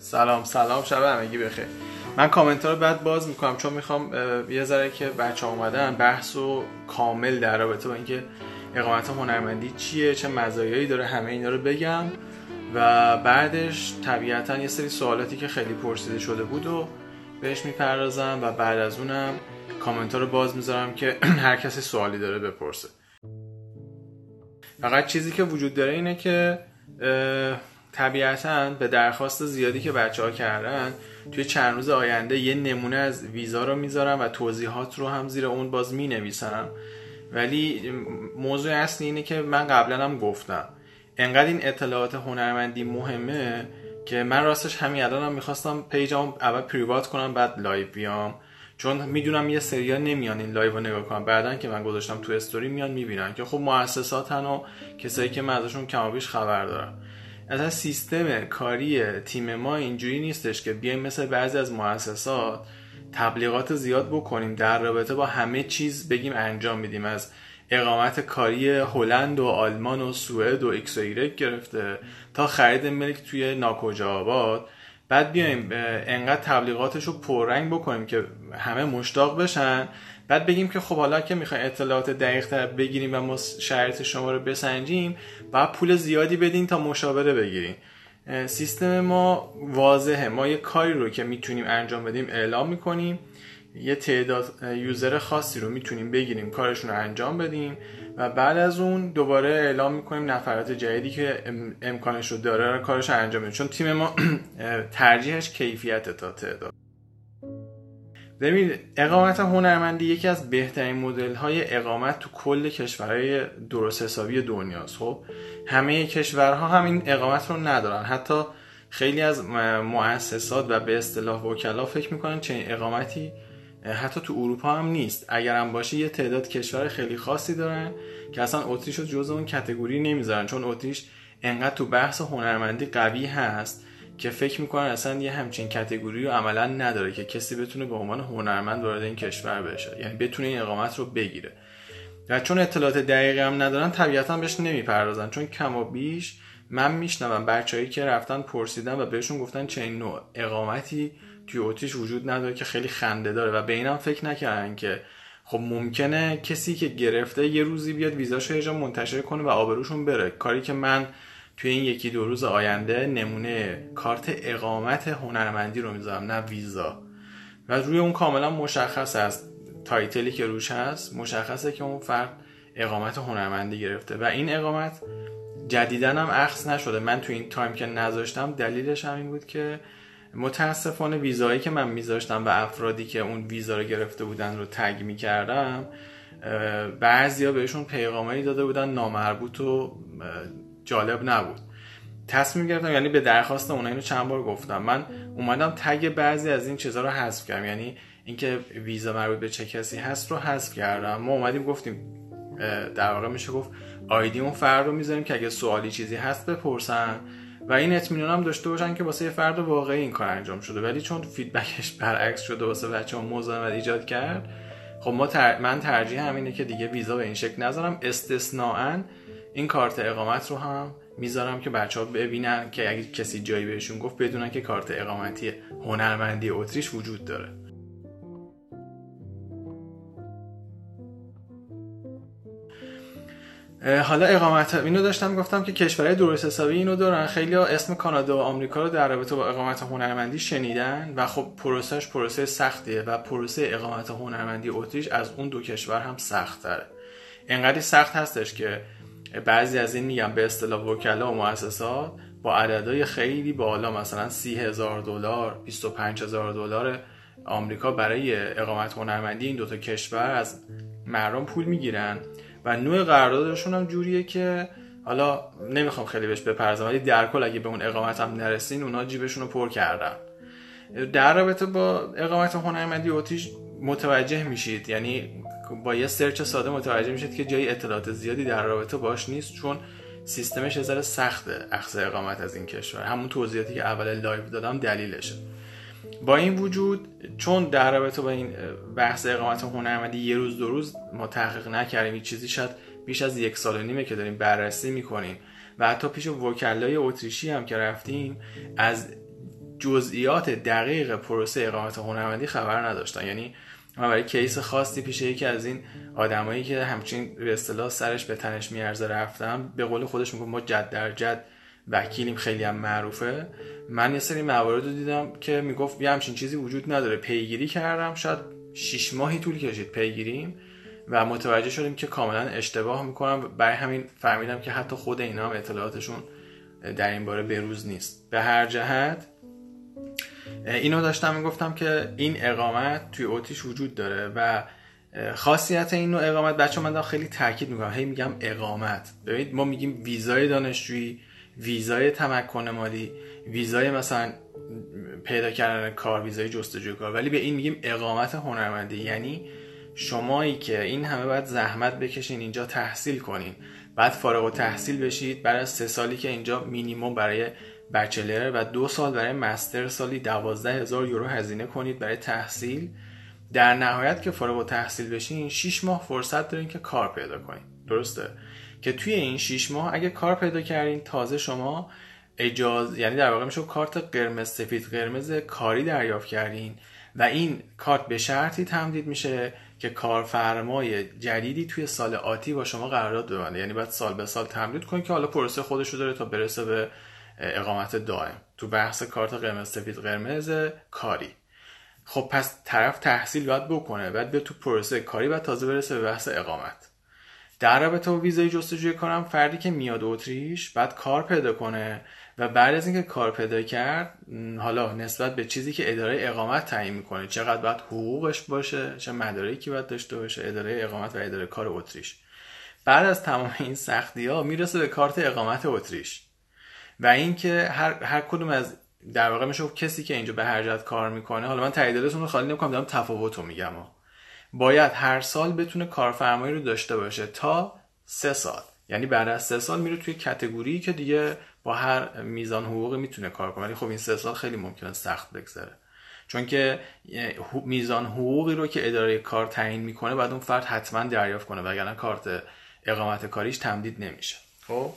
سلام شب همگی بخیر. من کامنت ها رو بعد باز میکنم چون میخوام یه ذره که بچه ها اومدن بحث و کامل در رابطه با اینکه اقامت هنرمندی چیه، چه مزایایی داره، همه اینا رو بگم و بعدش طبیعتا یه سری سوالاتی که خیلی پرسیده شده بود و بهش میپردازم و بعد از اونم کامنت ها رو باز میذارم که هر کسی سوالی داره بپرسه. فقط چیزی که وجود داره اینه که طبیعتاً به درخواست زیادی که بچه‌ها کردن توی چند روز آینده یه نمونه از ویزا رو میذارم و توضیحات رو هم زیر اون باز مینویسم. ولی موضوع اصلی اینه که من قبلا هم گفتم انقدر این اطلاعات هنرمندی مهمه که من راستش همین الانم میخواستم پیجم اول پریوات کنم بعد لایو بیام، چون میدونم یه سریا نمیان این لایو رو نگاه کنن، بعدن که من گذاشتم تو استوری میان میبینن که خب مؤسساتن و کسایی که من ازشون کم و بیش خبر دارم. اصلا سیستم کاری تیم ما اینجوری نیستش که بیایم مثل بعضی از مؤسسات تبلیغات زیاد بکنیم در رابطه با همه چیز بگیم انجام میدیم، از اقامت کاری هلند و آلمان و سوئد و ایکس و ایگرگ گرفته تا خرید ملک توی ناکجا آباد، بعد بیایم انقدر تبلیغاتشو پررنگ بکنیم که همه مشتاق بشن، بعد بگیم که خب حالا که میخوایم اطلاعات دقیق تر بگیریم و ما شرایط شما رو بسنجیم باید پول زیادی بدین تا مشاوره بگیریم. سیستم ما واضحه، ما یه کاری رو که میتونیم انجام بدیم اعلام میکنیم، یه تعداد یوزر خاصی رو میتونیم بگیریم کارشون رو انجام بدیم و بعد از اون دوباره اعلام میکنیم نفرات جدیدی که امکانش رو داره کارش رو انجام بدیم، چون تیم ما ترجیحش کیفیت تا تعداد. ببینید اقامت هنرمندی یکی از بهترین مدل‌های اقامت تو کل کشورهای درست حسابی دنیاست. خب همه کشورها هم این اقامت رو ندارن، حتی خیلی از مؤسسات و به اصطلاح وکلا فکر میکنن چنین اقامتی حتی تو اروپا هم نیست. اگر هم باشه یه تعداد کشور خیلی خاصی دارن که اصلا اتریش رو جزء اون کاتگوری نمیذارن، چون اتریش انقدر تو بحث هنرمندی قوی هست که فکر میکنن اصلا یه همچین کاتگوری رو عملا نداره که کسی بتونه به عنوان هنرمند وارد این کشور بشه، یعنی بتونه این اقامت رو بگیره. و چون اطلاعات دقیقی هم ندارن طبیعتا بهش نمیپردازن، چون کم و بیش من میشنوم بچه‌ای که رفتن پرسیدن و بهشون گفتن چنین نوع اقامتی توی اتریش وجود نداره که خیلی خنده داره و به اینم فکر نکردن که خب ممکنه کسی که گرفته یه روزی بیاد ویزاشو یه جا منتشر کنه و آبروشون بره. کاری که من توی این یکی دو روز آینده نمونه کارت اقامت هنرمندی رو میذارم، نه ویزا، و روی اون کاملا مشخص است، تایتلی که روش هست مشخصه که اون فرد اقامت هنرمندی گرفته و این اقامت جدیداً هم اخذ نشده. من توی این تایم که نذاشتم دلیلش هم این بود که متاسفانه ویزایی که من میذاشتم و افرادی که اون ویزا رو گرفته بودن رو تگ میکردم بعضیا بهشون پیغامایی داده بودن نامربوط و جالب نبود. تصمیم گرفتم، یعنی به درخواست اونها اینو چند بار گفتم، من اومدم تگ بعضی از این چیزا رو حذف کردم، یعنی اینکه ویزا مربوط به چه کسی هست رو حذف کردم. ما اومدیم گفتیم در واقع میشه گفت آیدی اون فرد رو میذاریم که اگه سوالی چیزی هست بپرسن و این اطمینان هم داشته باشن که واسه یه فرد واقعی این کار انجام شده. ولی چون فیدبکش برعکس شده واسه بچه‌ها مزاحمت ایجاد کرد، خب من ترجیح همینه که دیگه ویزا به این شکل نذارم. استثناءً این کارت اقامت رو هم میذارم که بچه‌ها ببینن که اگه کسی جایی بهشون گفت بدونن که کارت اقامتی هنرمندی اتریش وجود داره. حالا اقامت اینو داشتم گفتم که کشورهای درست حسابی اینو دارن. خیلی ها اسم کانادا و آمریکا رو در رابطه با اقامت هنرمندی شنیدن و خب پروسه سختیه و پروسه اقامت هنرمندی اتریش از اون دو کشور هم سخت تره. اینقدر سخت هستش که بعضی از این میگم به اصطلاح وکلا و مؤسسات با عددهای خیلی بالا، مثلا $30,000 $25,000 آمریکا برای اقامت هنرمندی این دوتا کشور از مردم پول میگیرن و نوع قراردادشون هم جوریه که حالا نمیخوام خیلی بهش بپردازم، ولی در کل اگه به اون اقامت هم نرسین اونا جیبشون رو پر کردن. در رابطه با اقامت هنرمندی اتریش متوجه میشید، یعنی با یه سرچ ساده متوجه میشید که جای اطلاعات زیادی در رابطه باش نیست، چون سیستمش یه ذره سخته اخذ اقامت از این کشور. همون توضیحاتی که اول لایو دادم دلیلشه. با این وجود چون در رابطه با این بحث اقامت هنرمندی یه روز دو روز ما تحقیق نکردیم، این چیزی شاید بیش از 1.5 سال که داریم بررسی میکنیم و حتی پیش وکلای اتریشی هم که رفتیم از جزئیات دقیق پروسه اقامت هنرمندی خبر نداشتن. یعنی من برای کیس خاصی پیش یکی از این آدمایی که همچین به اصطلاح سرش به تنش میارزه رفتم، به قول خودش میگه ما جد در جد وکیلیم، خیلی هم معروفه. من یه سری موارد رو دیدم که میگفت یه همچین چیزی وجود نداره، پیگیری کردم، شاید 6 ماهی طول کشید پیگیریم و متوجه شدیم که کاملا اشتباه میکنم. برای همین فهمیدم که حتی خود اینا هم اطلاعاتشون در این باره بروز نیست. به هر جهت اینو داشتم میگفتم که این اقامت توی اتریش وجود داره و خاصیت این نوع اقامت، بچه من خیلی تاکید میکنم، هی میگم اقامت. ببینید ما میگیم ویزای دانشجویی، ویزای تمکن مالی، ویزای مثلا پیدا کردن کار، ویزای جستجوی کار، ولی به این میگیم اقامت هنرمندی. یعنی شمایی که این همه باید زحمت بکشین اینجا تحصیل کنین، بعد فارغ التحصیل بشید، بعد از 3 سالی که اینجا مینیمم برای بچلر و 2 سال برای مستر سالی 12,000 یورو هزینه کنید برای تحصیل، در نهایت که فارغ التحصیل بشین 6 ماه فرصت دارین که کار پیدا کنین. درسته؟ که توی این 6 ماه اگه کار پیدا کردین، تازه شما یعنی در واقع میشه کارت قرمز سفید قرمز کاری دریافت کردین و این کارت به شرطی تمدید میشه که کارفرمای جدیدی توی سال آتی با شما قرارداد ببنده. یعنی باید سال به سال تمدید کنید که حالا پروسه خودش رو داره تا برسه به اقامت دائم تو بحث کارت قرمز سفید قرمز کاری. خب پس طرف تحصیل باید بکنه، بعد به تو پروسه کاری بعد تازه برسه به بحث اقامت. در رابطه با ویزای جستجوی کارم، فردی که میاد اتریش بعد کار پیدا کنه و بعد از اینکه کار پیدا کرد، حالا نسبت به چیزی که اداره اقامت تعیین میکنه، چقدر باید حقوقش باشه، چه مدارکی باید داشته باشه اداره اقامت و اداره کار اتریش، بعد از تمام این سختی‌ها میرسه به کارت اقامت اتریش. و اینکه هر کدوم از در واقع میشه کسی که اینجا به هر جهت کار میکنه، حالا من تاییداتون رو خالی نمی‌کنم، دارم تفاوتو میگم، باید هر سال بتونه کارفرمایی رو داشته باشه تا 3 سال. یعنی بعد از 3 سال میره توی کاتگوری که دیگه با هر میزان حقوقی میتونه کار کنه. ولی خب این 3 سال خیلی ممکنه سخت بگذره، چون که میزان حقوقی رو که اداره کار تعیین میکنه باید اون فرد حتما دریافت کنه، وگرنه کارت اقامت کاریش تمدید نمیشه. خب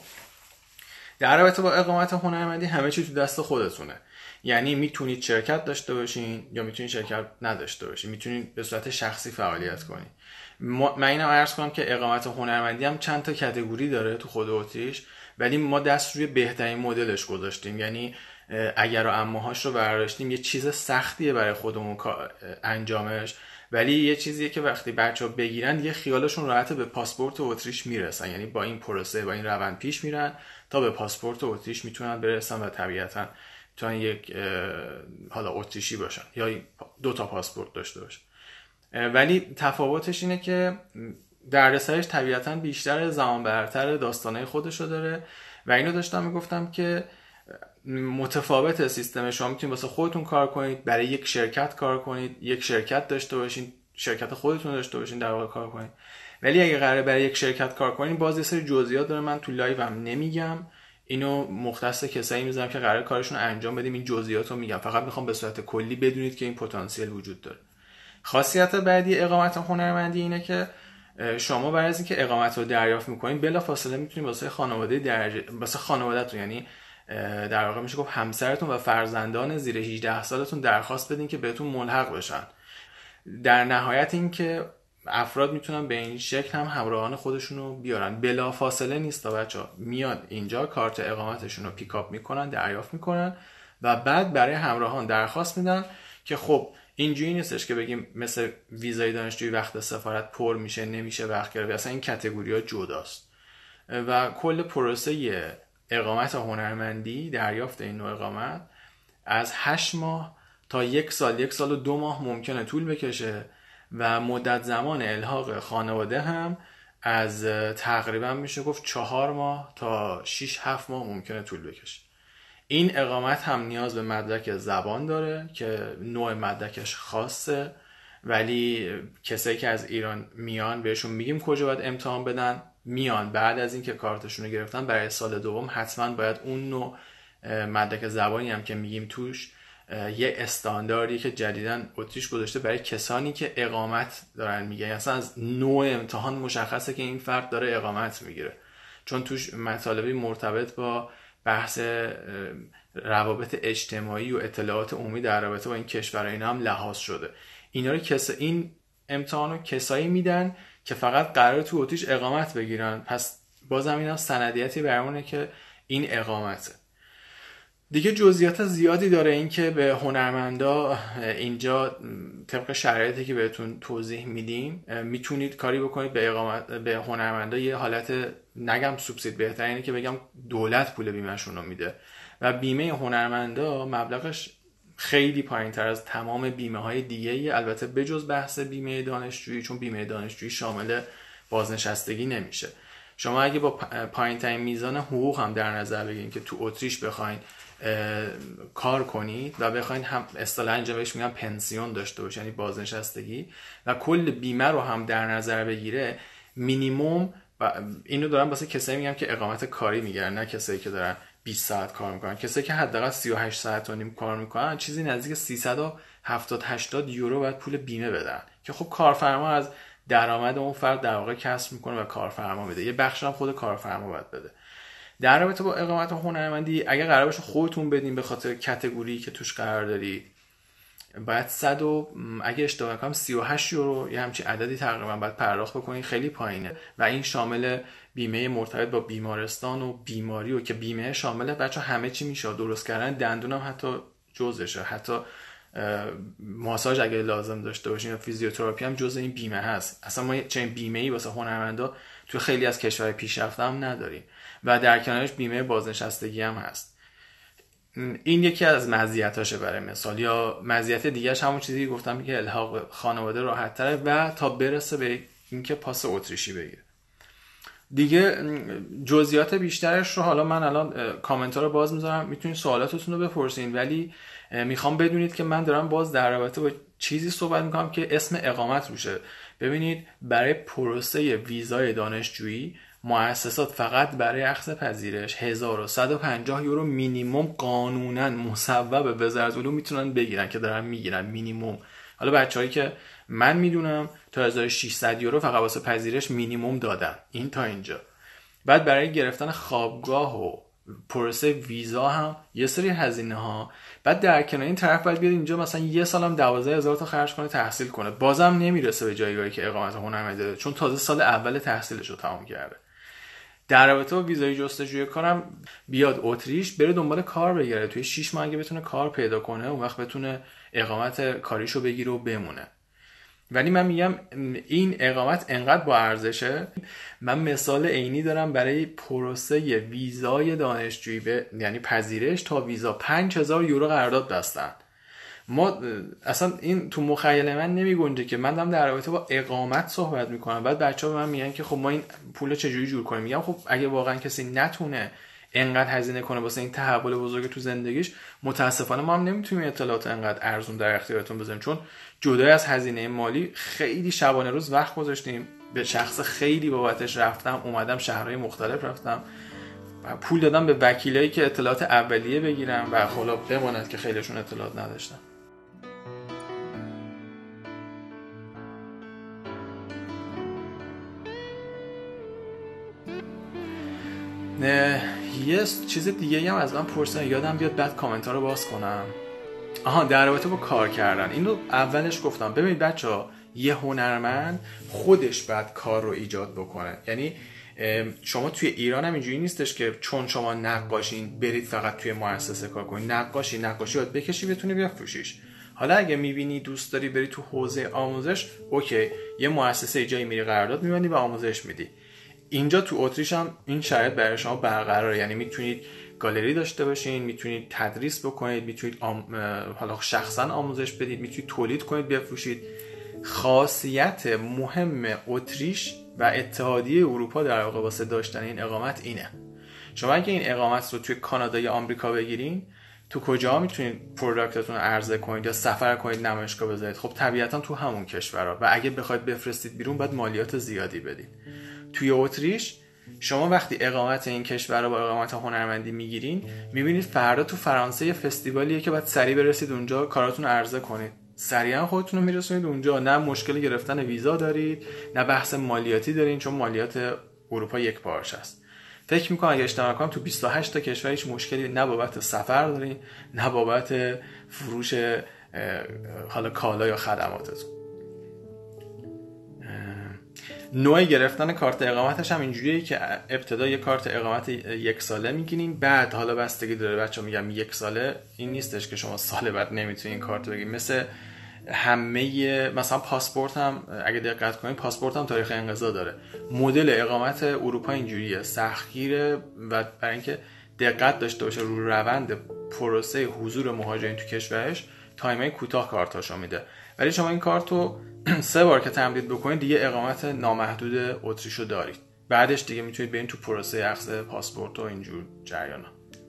در رابطه با اقامت هنرمندی همه چی تو دست خودتونه. یعنی میتونید شرکت داشته باشین یا میتونید شرکت نداشته باشین، میتونید به صورت شخصی فعالیت کنید. من اینم عرض کنم که اقامت هنرمندی هم چند تا کاتگوری داره تو خود اتریش، ولی ما دست روی بهترین مدلش گذاشتیم. یعنی اگر و اماهاش رو برداشتیم، یه چیز سختیه برای خودمون انجامش، ولی یه چیزیه که وقتی بچه‌ها بگیرن دیگه خیالشون راحت به پاسپورت اتریش میرسن. یعنی با این پروسه با این روند پیش میرن تا به پاسپورت اتریش میتونن برسن و طبیعتاً میتونن یک حالا اتریشی باشن یا 2 تا پاسپورت داشته باشن. ولی تفاوتش اینه که دردسرش طبیعتاً بیشتر، زمان برتر، داستانه خودشو داره. و اینو داشتم میگفتم که متفاوت سیستم. شما میتونید واسه خودتون کار کنید، برای یک شرکت کار کنید، یک شرکت داشته باشین، شرکت خودتون داشته باشین در واقع کار کنید. ولی اگه قراره برای یک شرکت کار کنین، باز یه سری جزئیات داره، من تو لایو هم نمیگم، اینو مختص کسایی میذارم که قراره کارشون انجام بدیم، این جزئیات رو میگم، فقط میخوام به صورت کلی بدونید که این پتانسیل وجود داره. خاصیت بعدی اقامت هنرمندی اینه که شما برای اینکه اقامت رو دریافت میکنین بلافاصله میتونید واسه خانواده‌تون، یعنی در واقع میشه گفت همسرتون و فرزندان زیر 18 سالتون درخواست بدین که بهتون ملحق بشن. در نهایت این که افراد میتونن به این شکل هم همراهان خودشون رو بیارن. بلافاصله نیست تا بچه‌ها میاد اینجا کارت اقامتشون رو پیکاپ میکنن، دریافت میکنن و بعد برای همراهان درخواست میدن که خب اینجوری نیستش که بگیم مثل ویزای دانشجویی وقت سفارت پر میشه نمیشه وقت گرفت. اصلا این کاتگوری‌ها جداست و کل پروسه اقامت هنرمندی، دریافت این نوع اقامت از 8 ماه تا 1 سال، 1 سال و 2 ماه ممکنه طول بکشه و مدت زمان الحاق خانواده هم از تقریبا میشه گفت 4 ماه تا 6-7 ماه ممکنه طول بکشه. این اقامت هم نیاز به مدرک زبان داره که نوع مدرکش خاصه، ولی کسایی که از ایران میان بهشون میگیم کجا باید امتحان بدن، میان بعد از اینکه کارتشون رو گرفتن برای سال دوم حتما باید اون نوع مدرک زبانی هم که میگیم توش یه استانداردی که جدیداً اتریش گذاشته برای کسانی که اقامت دارن میگن، اصلا از نوع امتحان مشخصه که این فرد داره اقامت میگیره، چون توش مطالبی مرتبط با بحث روابط اجتماعی و اطلاعات عمومی در رابطه با این کشورها اینا هم لحاظ شده. اینا رو این امتحانو کسایی میدن که فقط قرار تو اتریش اقامت بگیرن، پس بازم اینا سندیتی برمونه که این اقامته. دیگه جزئیات زیادی داره این که به هنرمندا اینجا طبق شرایطی که بهتون توضیح میدیم میتونید کاری بکنید به هنرمندا یه حالت، نگم سوبسید، بهترینه که بگم دولت پول بیمهشون رو میده و بیمه هنرمندا مبلغش خیلی پایین تر از تمام بیمه های دیگه ای، البته بجز بحث بیمه دانشجویی، چون بیمه دانشجویی شامل بازنشستگی نمیشه. شما اگه با پایین ترین میزان حقوق هم در نظر بگیرید که تو اتریش بخواید کار کنید و بخواید هم اصطلاحاً اینجا بهش میگن پنسیون داشته باشید، یعنی بازنشستگی، و کل بیمه رو هم در نظر بگیره، مینیمم، و اینو دارم واسه کسایی میگم که اقامت کاری میگیرن، نه کسایی که دارن 20 ساعت کار میکنن، کسایی که حداقل 38 ساعت و نیم کار میکنن چیزی نزدیک 370-80 یورو باید پول بیمه بدن که خب کارفرما از درآمد اون فرد در واقع کسب میکنه و کارفرما میده، یه بخش هم خود کارفرما باید بده. در رابطه با اقامت هنرمندی اگه قرار باشه خودتون بدین به خاطر کاتگوری که توش قرار دارید، باید اگه اشتباه نکنم 38 یورو یه همچین عددی تقریبا باید پرداخت بکنید، خیلی پایینه و این شامل بیمه مرتبط با بیمارستان و بیماری و که بیمه شامل بچه همه چی میشه، درست کردن دندون هم حتی جزشه، حتی ماساژ اگه لازم داشته باشین یا فیزیوتراپی هم جز این بیمه هست. اصلا ما چنین بیمه‌ای واسه هنرمندا تو خیلی از کشورهای پیشرفته هم نداریم و در کنارش بیمه بازنشستگی هم هست. این یکی از مزیتاشه برای مثال. یا مزیت دیگه‌اش همون چیزی که گفتم که الحاق خانواده راحت تره و تا برسه به اینکه پاس اتریشی بگیره. دیگه جزئیات بیشترش رو حالا من الان کامنت‌ها رو باز میذارم، میتونید سوالاتتون رو بپرسین، ولی میخوام بدونید که من دارم باز در رابطه با چیزی صحبت میکنم که اسم اقامت روشه. ببینید برای پروسه ویزای دانشجویی مؤسسات فقط برای اخذ پذیرش 1150 یورو مینیمم قانونا مصوب به وزارت علوم میتونن بگیرن که دارن میگیرن مینیمم. حالا بچه‌هایی که من میدونم تا 1600 یورو فقط واسه پذیرش مینیمم دادن، این تا اینجا. بعد برای گرفتن خوابگاه و پروسه ویزا هم یه سری هزینه ها. بعد در کنار این طرف باید بیاد اینجا مثلا یه سالم 12000 تا خرج کنه تحصیل کنه، بازم نمیرسه به جایگاهی که اقامت هنرمندی داره، چون تازه سال اول تحصیلش رو تمام کرده. در رابطه با ویزای جستجوی کارم بیاد اتریش بره دنبال کار بگیره، توی 6 ماه اگه بتونه کار پیدا کنه اون وقت بتونه اقامت کاریشو بگیره و بمونه. ولی من میگم این اقامت انقدر با ارزشه. من مثال عینی دارم برای پروسه ویزای دانشجویی یعنی پذیرش تا ویزا 5000 یورو قرارداد بستن. ما اصلا این تو مخیله من نمی گنجه که من دارم در رابطه با اقامت صحبت میکنم، بعد بچه‌ها به من میگن که خب ما این پول چجوری جور کنیم. میگم خب اگه واقعا کسی نتونه انقدر هزینه کنه واسه این تحول بزرگ تو زندگیش، متاسفانه ما هم نمیتونیم اطلاعات انقدر ارزون در اختیارتون بذاریم، چون جدای از هزینه مالی خیلی شبانه روز وقت گذاشتیم، به شخص خیلی بابتش رفتم اومدم شهرهای مختلف رفتم، پول دادم به وکیلایی که اطلاعات اولیه بگیرم و خلا بماند که خیلیشون اطلاعات نداشتن. یه چیز دیگه هم از من پرسیدن، یادم بیاد بعد کامنت ها رو باز کنم. در رابطه با کار کردن، اینو اولش گفتم. ببینید بچه‌ها، یه هنرمند خودش باید کار رو ایجاد بکنه. یعنی شما توی ایران هم اینجوری نیستش که چون شما نقاشین برید فقط توی مؤسسه کار کنید. نقاشی یاد بکشی بتونی بفروشیش. حالا اگه میبینی دوست داری بری تو حوزه آموزش، اوکی، یه مؤسسه جایی میری قرارداد میبندی و آموزش میدی. اینجا تو اتریش هم این شرایط برای شما برقراره، یعنی میتونید گالری داشته باشین، میتونید تدریس بکنید، میتونید حالا شخصا آموزش بدید، میتونید تولید کنید بفروشید. خاصیت مهم اتریش و اتحادیه اروپا در واقع واسه داشتن این اقامت اینه. شما اگه این اقامت رو توی کانادا یا آمریکا بگیرین، تو کجا میتونید پروداکتتون رو عرضه کنید یا سفر کنید نمایشگاه بذارید؟ خب طبیعتا تو همون کشورها، و اگه بخواید بفرستید بیرون باید مالیات زیادی بدید. توی اتریش شما وقتی اقامت این کشور رو با اقامت هنرمندی میگیرین، میبینید فردا تو فرانسه یه فستیوالیه که باید سریع برسید اونجا کاراتون رو عرضه کنید، سریعا خودتون رو میرسونید اونجا، نه مشکل گرفتن ویزا دارید نه بحث مالیاتی دارین، چون مالیات اروپا یک پارچه است. فکر میکنم اگه اشتباه نکنم تو 28 تا کشور هیچ مشکلی نه بابت سفر دارین نه بابت فروش حالا کالا یا خدماتتون. نوع گرفتن کارت اقامتش هم اینجوریه که ابتدا یه کارت اقامت 1 ساله میگیرین، بعد حالا بستگی داره بچه‌ها، میگم 1 ساله این نیستش که شما سال بعد نمیتونین کارت بگیرین. مثل همه مثلا پاسپورت هم اگه دقت کنین پاسپورت هم تاریخ انقضا داره. مدل اقامت اروپا اینجوریه، سختگیره و برای اینکه دقت داشته باشه رو روند پروسه حضور مهاجرین تو کشورش تایمای کوتاه کارتاشو میده. ولی شما این کارتو 3 بار که تمدید بکنید دیگه اقامت نامحدود اتریشو دارید. بعدش دیگه میتونید برین تو پروسه اخذ پاسپورت و اینجور جریانا.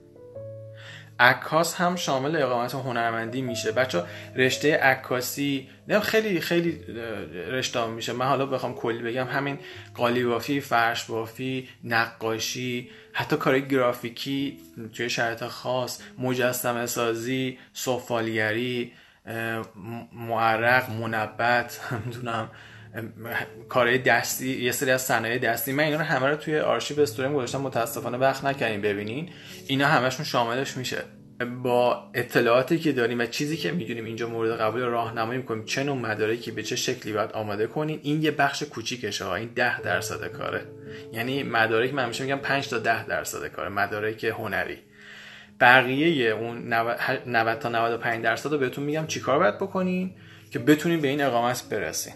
عکاس هم شامل اقامت هنرمندی میشه. بچه رشته عکاسی نه خیلی خیلی رشته میشه. من حالا بخوام کلی بگم همین قالی بافی، فرش بافی، نقاشی، حتی کارهای گرافیکی توی شرایط خاص، مجسمه سازی، سفالگری، معرق، منبت، میدونم کارهای دستی، یه سری از صنایع دستی. من اینا رو همه رو توی آرشیو استوریم گذاشتم، متاسفانه وقت نکردین ببینین. اینا همشون شاملش میشه. با اطلاعاتی که داریم و چیزی که میدونیم اینجا مورد قبول راهنمایی میکنیم چه نوع مدارکی به چه شکلی باید آماده کنین. این یه بخش کوچیکشه ها، این 10% کاره. یعنی مدارک من همیشه میگم 5 تا 10% کاره، مدارک هنری. بقیه اون 90 تا 95% رو بهتون میگم چیکار باید بکنین که بتونین به این اقامت برسین.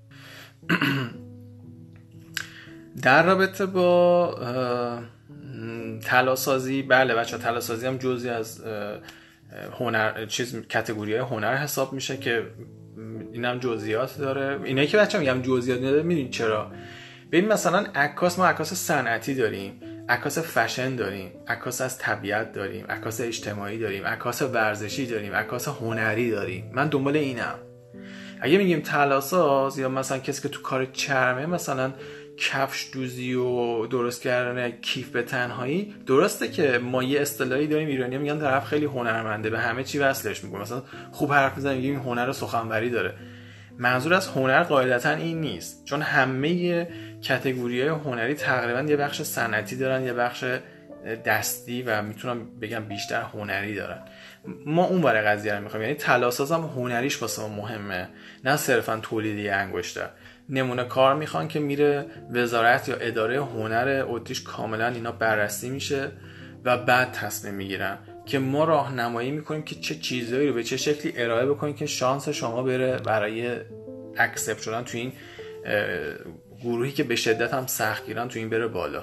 در رابطه با طلاسازی، بله بچه طلاسازی هم جزئی از هنر کاتگوری‌های هنر حساب میشه که اینم جزئیات داره. اینایی که بچه‌ها میگم جزئیات نداره میدونید چرا؟ ببین مثلا عکاس، ما عکاس صنعتی داریم، عکاس فشن داریم، عکاس از طبیعت داریم، عکاس اجتماعی داریم، عکاس ورزشی داریم، عکاس هنری داریم. من دنبال اینم. اگه میگیم طلاساز یا مثلا کسی که تو کار چرمه، مثلا کفش دوزی و درست کردن کیف به تنهایی، درسته که ما یه اصطلاحی داریم ایرانی‌ها میگن طرف خیلی هنرمنده، به همه چی وصلش میکنه، مثلا خوب حرف میزنه میگیم هنر سخنوری داره. منظور از هنر قاعدتا این نیست، چون همه کاتگوری‌های هنری تقریبا یه بخش صنعتی دارن، یه بخش دستی و میتونم بگم بیشتر هنری دارن. ما اون ور قضیه رو میخوایم، یعنی طلاساز هم هنریش واسه ما مهمه، نه صرفا تولیدی انگشتر. نمونه کار میخوان که میره وزارت یا اداره هنر اتریش، کاملا اینا بررسی میشه و بعد تصمیم میگیرن که ما راهنمایی میکنیم که چه چیزایی رو به چه شکلی ارائه بکنیم که شانس شما بره برای اکسپت شدن تو این گروهی که به شدت هم سخت گیرن، تو این بره بالا.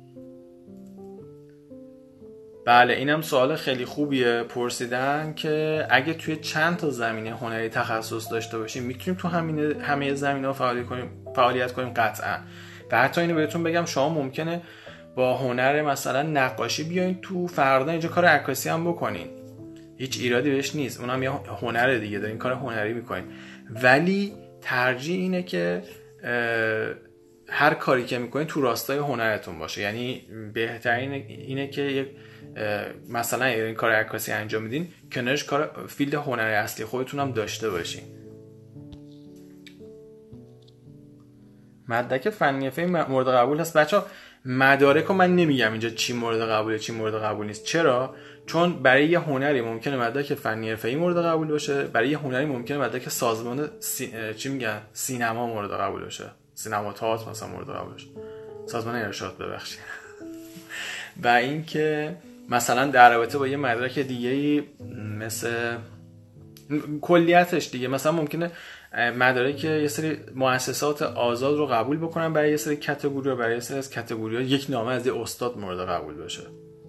بله اینم سوال خیلی خوبیه پرسیدن که اگه توی چند تا زمینه هنری تخصص داشته باشیم میتونیم تو همه زمینه‌ها فعالیت کنیم قطعا. و حتی اینو بهتون بگم شما ممکنه با هنر مثلا نقاشی بیاین تو، فردا اینجا کار عکاسی هم بکنین، هیچ ایرادی بهش نیست، اونم یه هنر دیگه، دارین کار هنری میکنین. ولی ترجیح اینه که هر کاری که میکنین تو راستای هنرتون باشه. یعنی بهترین اینه که مثلا این کار عکاسی انجام میدین، کنارش کار فیلد هنری اصلی خودتون هم داشته باشین. مدرک فنی حرفه‌ای مورد قبول هست بچه‌ها. مدارک رو من نمیگم اینجا چی مورد قبوله چی مورد قبول نیست. چرا؟ چون برای یه هنری ممکنه مدرک فنی حرفه‌ای مورد قبول باشه، برای یه هنری ممکنه مدرک سازمان سینما مورد قبول باشه، سینما تئاتر مثلا مورد قبول باشه، سازمان ارشاد ببخشید. و اینکه مثلا در رابطه با یه مدرک دیگه‌ای مثل کلیتش دیگه، مثلا ممکنه مدارک یه سری مؤسسات آزاد رو قبول بکنن برای یه سری کاتگوری، برای یه سری از کاتگوری‌ها یک نامه از یه استاد مورد قبول باشه.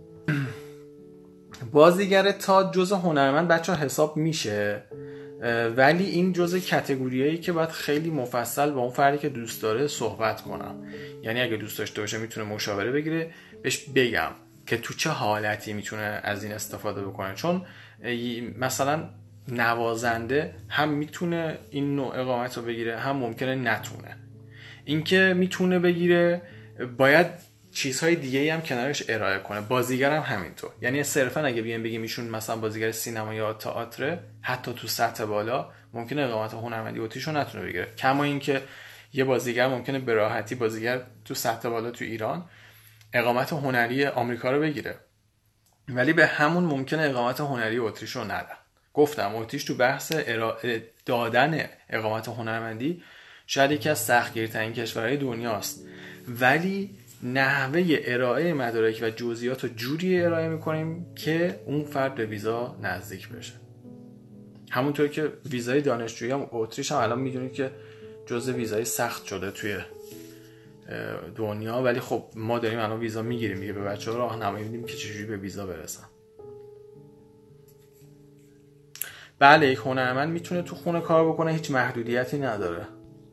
بازیگر تئاتر جزء هنرمند بچه‌ها حساب میشه، ولی این جزء کاتگوریایی که باید خیلی مفصل با اون فردی که دوست داره صحبت کنم. یعنی اگه دوست داشته باشه میتونه مشاوره بگیره، بهش بگم که تو چه حالتی میتونه از این استفاده بکنه. چون مثلا نوازنده هم میتونه این نوع اقامت رو بگیره، هم ممکنه نتونه. اینکه میتونه بگیره باید چیزهای دیگه هم کنارش ارائه کنه. بازیگر هم همینطور. یعنی صرفا اگه بیان بگیم ایشون مثلا بازیگر سینما یا تئاتر، حتی تو سطح بالا ممکنه اقامت هنرمندی اتریشو نتونه بگیره. کما اینکه یه بازیگر ممکنه به راحتی، بازیگر تو سطح بالا تو ایران اقامت هنری آمریکا رو بگیره، ولی به همون ممکنه اقامت هنری اتریش رو ندن. گفتم اتریش تو بحث دادن اقامت هنرمندی شاید یکی از سختگیرترین کشورهای دنیاست، ولی نحوه ارائه مدارک و جزئیات رو جوری ارائه میکنیم که اون فرد به ویزا نزدیک بشه. همونطور که ویزای دانشجویی هم اتریش هم الان میدونید که جزء ویزای سخت شده توی دنیا، ولی خب ما داریم الان ویزا میگیریم میگه به بچه‌ها راهنمایی میدیم که چجوری به ویزا برسن. بله یک هنرمند میتونه تو خونه کار بکنه، هیچ محدودیتی نداره.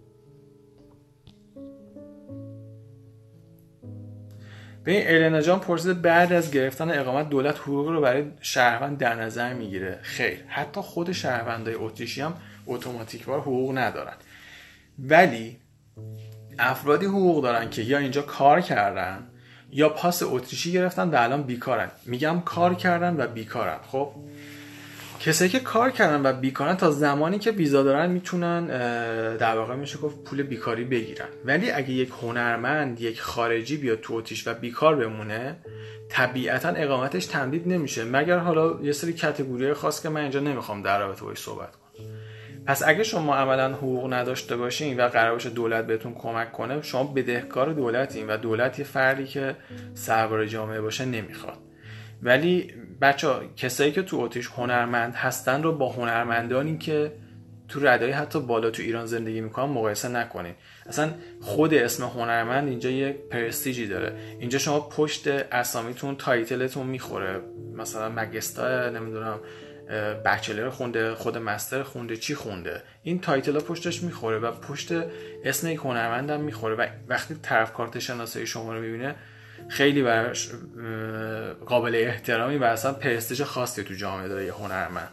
به این ایلنا جان پرسید بعد از گرفتن اقامت دولت حقوق رو برای شهروند در نظر میگیره؟ خیر، حتی خود شهروندای اتریشی هم اتوماتیکوار حقوق ندارن، ولی افرادی حقوق دارن که یا اینجا کار کردن یا پاس اتریشی گرفتن و الان بیکارن. میگم کار کردن و بیکارن. خب کسایی که کار کردن و بیکارن تا زمانی که ویزا دارن میتونن در واقع میشه گفت پول بیکاری بگیرن، ولی اگه یک هنرمند یک خارجی بیاد تو اتریش و بیکار بمونه طبیعتا اقامتش تمدید نمیشه، مگر حالا یه سری کاتگوری خاص که من اینجا نمیخوام در رابطه باهاش صحبت کنم. پس اگه شما عملا حقوق نداشته باشین و قرار باشه دولت بهتون کمک کنه، شما بدهکار دولتین و دولت یه فردی که سربار جامعه باشه نمیخواد. ولی بچه‌ها کسایی که تو اتریش هنرمند هستن رو با هنرمندانی که تو ردای حتی بالا تو ایران زندگی میکنن مقایسه نکنین. اصلا خود اسم هنرمند اینجا یه پرستیجی داره. اینجا شما پشت اسامیتون تایتلتون میخوره، مثلا مگستا نمیدونم بچلر خونده، خود مستر خونده، چی خونده، این تایتل ها پشتش میخوره و پشت اسم یک هنرمند هم میخوره و وقتی طرف کارت شناسایی شما رو میبینه خیلی براش قابل احترامی و اصلا پرستیژ خاصی تو جامعه داره یه هنرمند.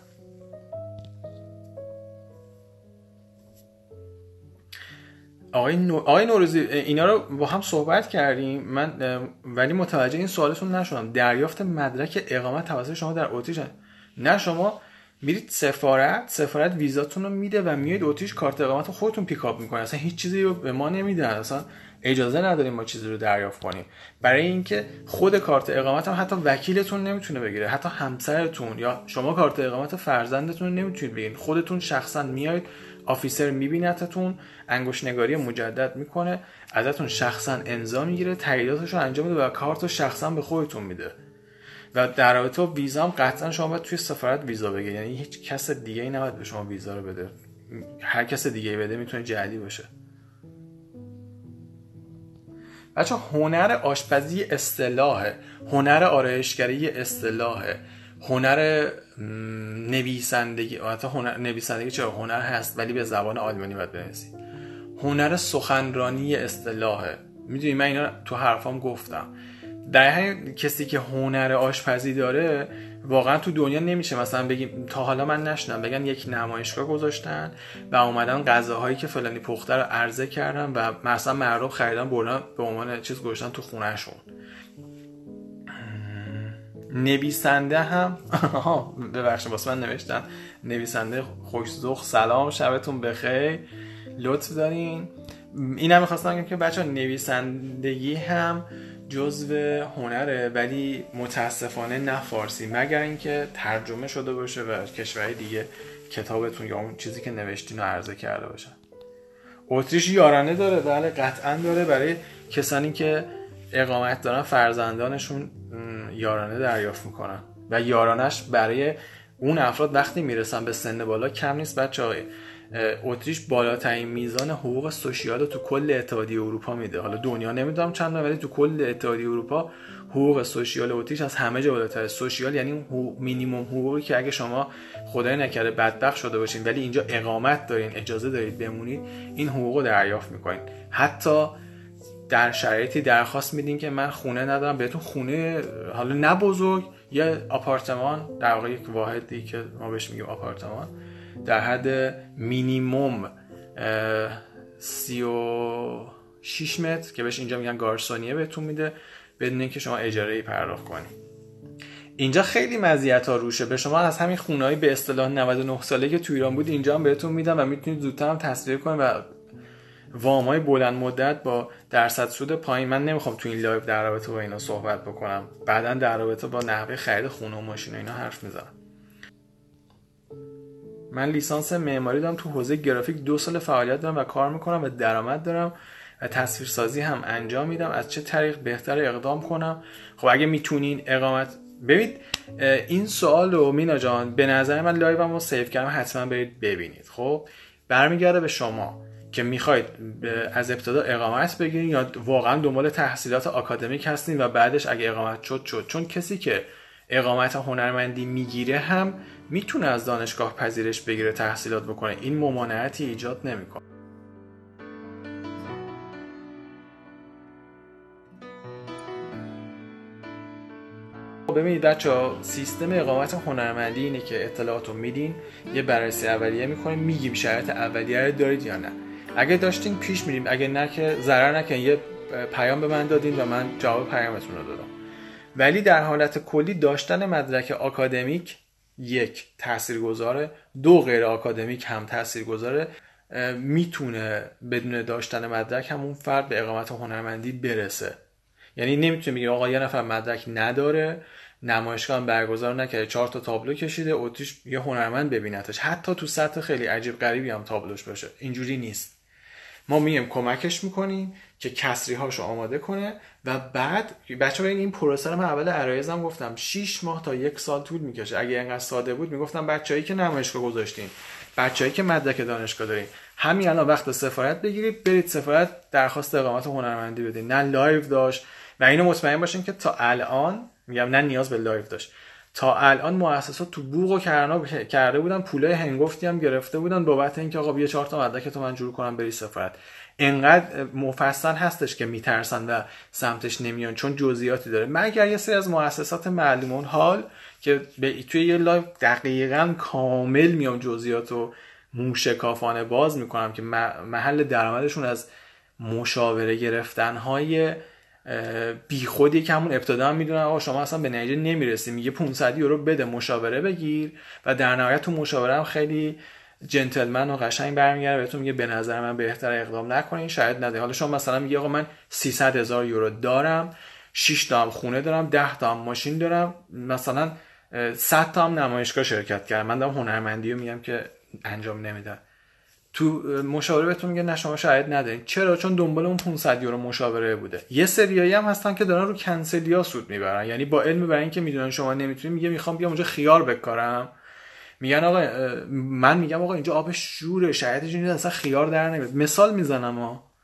آقای نوروزی اینا رو با هم صحبت کردیم من، ولی متوجه این سوالتون نشدم. دریافت مدرک اقامت توسط شما در اتریش نه، شما میرید سفارت ویزاتون رو میده و میایید اتریش کارت اقامت رو خودتون پیکاپ میکنید، اصلا هیچ چیزی رو به ما نمیدن، اصلا اجازه نداریم ما چیزی رو دریافت کنیم. برای اینکه خود کارت اقامت هم حتی وکیلتون نمیتونه بگیره، حتی همسرتون یا شما کارت اقامت فرزندتون رو نمیتونید بگیرید، خودتون شخصا میایید، آفیسر میبینتتون، انگشت نگاری مجدد میکنه، ازتون شخصا امضا میگیره، تاییداتش رو انجام میده و کارت رو شخصا به خودتون میده. و در رابطه با ویزا هم قطعا شما باید توی سفارت ویزا بگیرید، یعنی هیچ کس دیگه ای نباید به شما ویزا رو بده، هر کس دیگه ای بده میتونه جعلی باشه. بچه هنر آشپزی اصطلاحه، هنر آرایشگری اصطلاحه، هنر نویسندگی، حتی هنر نویسندگی چرا هنر هست ولی به زبان آلمانی باید بنویسی، هنر سخنرانی اصطلاحه. میدونی من اینا تو حرفام گفتم. در همین کسی که هنر آشپزی داره واقعا تو دنیا نمیشه مثلا بگیم، تا حالا من نشنم بگن یک نمایشگاه گذاشتن و اومدن غذاهایی که فلانی پخته رو عرضه کردن و مثلا مردم خریدن بردن به عنوان چیز گذاشتن تو خونهشون. نویسنده هم ببخشید واسه من نوشتن نویسنده خوش‌ذوق، سلام شبتون بخیر، لطف دارین. اینم می‌خواستم بگم که بچه‌ها نویسندگی هم جزو هنره، ولی متاسفانه نه فارسی، مگر اینکه ترجمه شده باشه و کشورهای دیگه کتابتون یا اون چیزی که نوشتین رو عرضه کرده باشن. اتریش یارانه داره، بله قطعا داره، برای کسانی که اقامت دارن فرزندانشون یارانه دریافت میکنن و یارانش برای اون افراد وقتی میرسن به سن بالا کم نیست. بچه‌های اتریش بالاترین میزان حقوق سوشیال تو کل اتحادیه اروپا میده، حالا دنیا نمیدونم چنده ولی تو کل اتحادیه اروپا حقوق سوشیال اتریش از همه جا بالاتره. سوشیال یعنی مینیمم حقوقی که اگه شما خدای نکرده بدبخت شده باشین ولی اینجا اقامت دارین، اجازه دارید بمونید، این حقوق رو دریافت میکنین. حتی در شرایطی درخواست میدین که من خونه ندارم، بهتون خونه حالا نه بزرگ، یه آپارتمان، در واقع یک واحدی که ما بهش میگیم آپارتمان، در حد مینیمم 36 متر که بهش اینجا میگن گارسونیه بهتون میده بدون اینکه شما اجاره‌ای پرداخت کنید. اینجا خیلی مزیت‌ها روشه، به شما از همین خونه‌ای به اصطلاح 99 ساله که تو ایران بود اینجا هم بهتون میدن و میتونید زودتر هم تصویر کنید و وامای بلند مدت با درصد سود پایین. من نمیخوام تو این لایو در رابطه با اینا صحبت بکنم، بعداً در رابطه با نحوه خرید خونه و ماشین و اینا حرف میزنم. من لیسانس معماری دارم، تو حوزه گرافیک 2 سال فعالیت دارم و کار میکنم و درآمد دارم و تصویرسازی هم انجام میدم. از چه طریق بهتر اقدام کنم؟ خب اگه میتونین اقامت ببینید این سوال رو مینا جان به نظر من لایومو سیو کردم، حتما برید ببینید. خب برمیگرده به شما که میخواید از ابتدا اقامت بگیرین یا واقعا دنبال تحصیلات آکادمیک هستین و بعدش اگه اقامت شد. چون کسی که اقامت هنرمندی میگیره هم میتونه از دانشگاه پذیرش بگیره، تحصیلات بکنه، این ممانعتی ایجاد نمیکنه. ببینید بچه‌ها، سیستم اقامت هنرمندی اینه که اطلاعات رو میدین، یه بررسی اولیه میکنیم، میگیم شرایط اولیه رو دارید یا نه. اگه داشتین پیش میریم، اگه نه که ضرر نکنین، یه پیام به من دادین و من جواب پیامتون رو دادم. ولی در حالت کلی داشتن مدرک آکادمیک 1 تاثیرگذاره، 2 غیر آکادمیک هم تاثیرگذاره. میتونه بدون داشتن مدرک هم اون فرد به اقامت هنرمندی برسه. یعنی نمیتونه بگه آقا یه نفر مدرک نداره، نمایشگاه هم برگزار نکرده، 4 تا تابلو کشیده، اتیش یه هنرمند ببینتش، حتی تو سطح خیلی عجیب غریبی هم تابلوش باشه. اینجوری نیست. ما میگیم کمکش میکنیم که کسری هاشو آماده کنه و بعد بچه‌ها این پروسه رو من اول عرایزم گفتم 6 ماه تا 1 سال طول میکشه. اگه اینقدر ساده بود میگفتم بچه‌ای که نمایشگاه گذاشتین، بچه‌ای که مدرک دانشگاه دارین، همین الان وقت سفارت بگیرید، برید سفارت درخواست اقامت هنرمندی بدین. نه لایو داشت و اینو مطمئن باشین که تا الان، میگم نه نیاز به لایو داشت، تا الان مؤسسات تو بوق و کرنا کرده بودن، پولای هنگفتی هم گرفته بودن بابت اینکه آقا بیا 4 تا مدرک تو من جور کنم بری سفارت. انقدر مفصل هستش که میترسن و سمتش نمیان چون جزئیاتی داره. مگر یه سری از مؤسسات معلومون حال که توی یه لایو دقیقاً کامل میام جزئیاتو موشکافانه باز میکنم که محل درآمدشون از مشاوره گرفتن‌های بی خودی که همون ابتدا هم میدونن آقا شما اصلا به نتیجه نمیرسی، میگه 500 یورو بده مشاوره بگیر و در نهایت تو مشاوره هم خیلی جنتلمن و قشنگ برمیگره بهتون میگه به نظر من بهتر اقدام نکنین، شاید نده. حالا شما مثلا میگه آقا من 300,000 یورو دارم، 6 تا هم خونه دارم، 10 تا هم ماشین دارم، مثلا 100 تا هم نمایشگاه شرکت کردم، من دارم هنرمندی رو میگم که انجام نمیدم. تو مشاوره بهتون میگه نه شما شاید ندارین. چرا؟ چون دنبال اون 500 یورو مشاوره بوده. یه سریایی هم هستن که دارن رو کنسلیا سود میبرن، یعنی با علم بر این که میدونن شما نمیتونین، میگه میخوام بیام اونجا خیار بکارم، میگن آقا من میگم آقا اینجا آب شوره، شرایطش اینجا اصلا خیار در نمیاد، مثال میزنم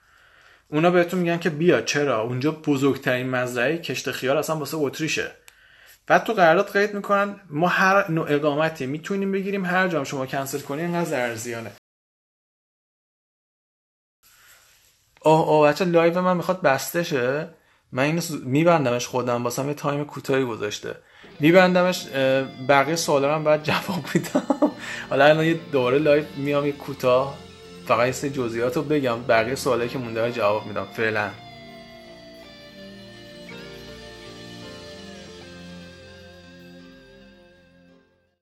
اونا بهتون میگن که بیا، چرا؟ اونجا بزرگترین مزرعه کشت خیار اصلا واسه اتریشه. بعد تو قرارداد قید میکنن ما هر نوع اقامتی میتونیم بگیریم، هر جام شما کنسل کنین اینقدر ضرر زیانه. بچه لایو من میخواد بسته شه، من اینو میبندمش، خودم واسم یه تایم کوتاهی گذاشته، میبندمش، بقیه سوالا رو هم بعد جواب میدم. حالا الان یه دوره لایو میام یه کوتاه فقط یه سری جزئیات رو بگم، بقیه سوالایی که مونده رو جواب میدم. فعلا